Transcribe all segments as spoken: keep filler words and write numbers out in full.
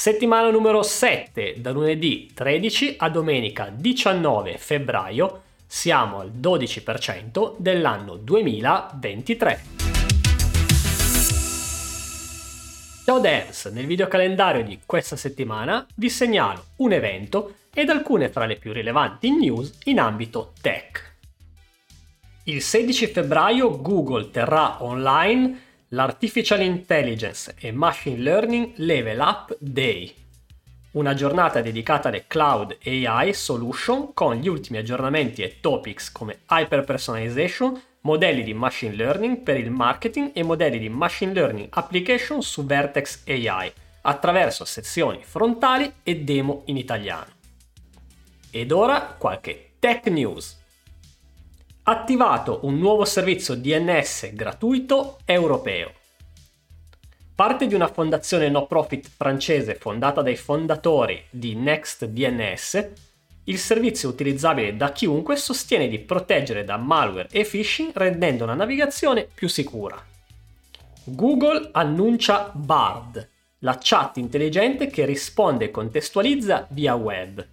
Settimana numero sette, da lunedì tredici a domenica diciannove febbraio, siamo al dodici per cento dell'anno duemilaventitré. Ciao devs, nel videocalendario di questa settimana vi segnalo un evento ed alcune fra le più rilevanti news in ambito tech. Il sedici febbraio Google terrà online l'Artificial Intelligence e Machine Learning Level Up Day, una giornata dedicata alle Cloud A I Solution con gli ultimi aggiornamenti e topics come Hyper-Personalization, modelli di Machine Learning per il marketing e modelli di Machine Learning Application su Vertex A I, attraverso sezioni frontali e demo in italiano. Ed ora qualche tech news. Attivato un nuovo servizio D N S gratuito europeo. Parte di una fondazione no profit francese fondata dai fondatori di NextDNS, il servizio utilizzabile da chiunque sostiene di proteggere da malware e phishing rendendo la navigazione più sicura. Google annuncia Bard, la chat intelligente che risponde e contestualizza via web.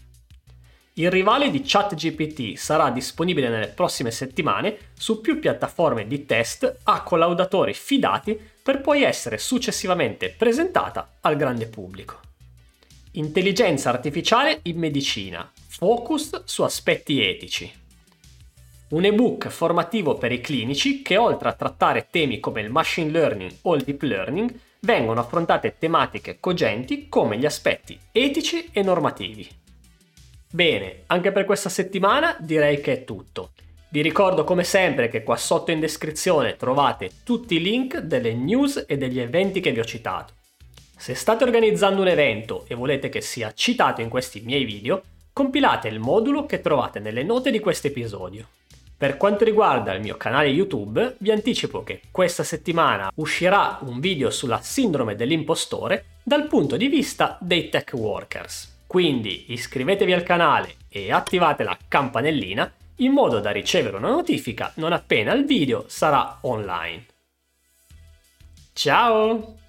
Il rivale di ChatGPT sarà disponibile nelle prossime settimane su più piattaforme di test a collaudatori fidati per poi essere successivamente presentata al grande pubblico. Intelligenza artificiale in medicina, focus su aspetti etici. Un ebook formativo per i clinici che oltre a trattare temi come il machine learning o il deep learning vengono affrontate tematiche cogenti come gli aspetti etici e normativi. Bene, anche per questa settimana direi che è tutto. Vi ricordo come sempre che qua sotto in descrizione trovate tutti i link delle news e degli eventi che vi ho citato. Se state organizzando un evento e volete che sia citato in questi miei video, compilate il modulo che trovate nelle note di questo episodio. Per quanto riguarda il mio canale YouTube, vi anticipo che questa settimana uscirà un video sulla sindrome dell'impostore dal punto di vista dei tech workers. Quindi iscrivetevi al canale e attivate la campanellina in modo da ricevere una notifica non appena il video sarà online. Ciao!